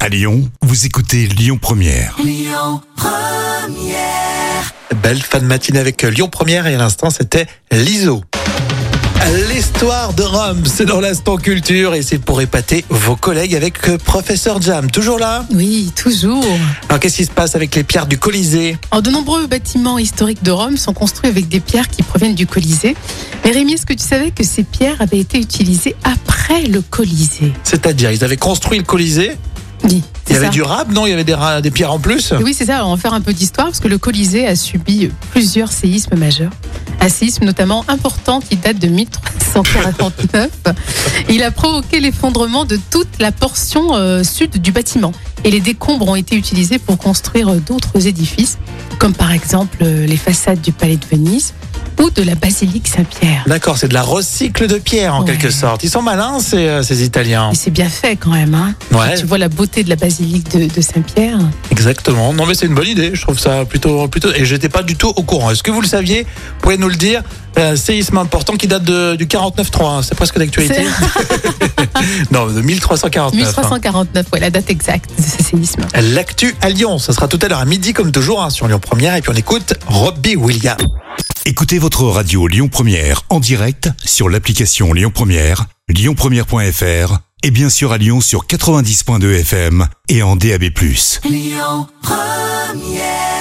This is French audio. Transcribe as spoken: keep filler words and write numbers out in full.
À Lyon, vous écoutez Lyon Première. Lyon Première. Belle fin de matinée avec Lyon Première et à l'instant c'était l'I S O. L'histoire de Rome, c'est dans l'instant culture et c'est pour épater vos collègues avec Professeur Jam. Toujours là ? Oui, toujours. Alors qu'est-ce qui se passe avec les pierres du Colisée ? Alors, de nombreux bâtiments historiques de Rome sont construits avec des pierres qui proviennent du Colisée. Mais Rémi, est-ce que tu savais que ces pierres avaient été utilisées après le Colisée ? C'est-à-dire, ils avaient construit le Colisée ? Oui, Il y avait du rab, non ? Il y avait des, ra- des pierres en plus ? Oui, c'est ça. Alors, on va faire un peu d'histoire parce que le Colisée a subi plusieurs séismes majeurs. Un séisme notamment important qui date de mille trois cent quarante-neuf. Il a provoqué l'effondrement de toute la portion euh, sud du bâtiment. Et les décombres ont été utilisés pour construire euh, d'autres édifices, comme par exemple euh, les façades du Palais de Venise ou de la basilique Saint-Pierre. D'accord, c'est de la recycle de pierre en Ouais. quelque sorte. Ils sont malins ces, euh, ces Italiens. Et c'est bien fait quand même. Hein. Ouais. Tu vois la beauté de la basilique de, de Saint-Pierre. Exactement. Non mais c'est une bonne idée. Je trouve ça plutôt plutôt. Et j'étais pas du tout au courant. Est-ce que vous le saviez ? Vous pouvez nous le dire. Euh, séisme important qui date de, du quarante-neuf trois. Hein. C'est presque d'actualité. Non, de mille trois cent quarante-neuf. mille trois cent quarante-neuf, ouais, la date exacte de ce séisme. Hein. L'actu à Lyon. Ça sera tout à l'heure à midi comme toujours hein, sur Lyon Première. Et puis on écoute Robbie Williams. Écoutez votre radio Lyon Première en direct sur l'application Lyon Première, lyon première point f r et bien sûr à Lyon sur quatre-vingt-dix point deux F M et en D A B plus. Lyon Première.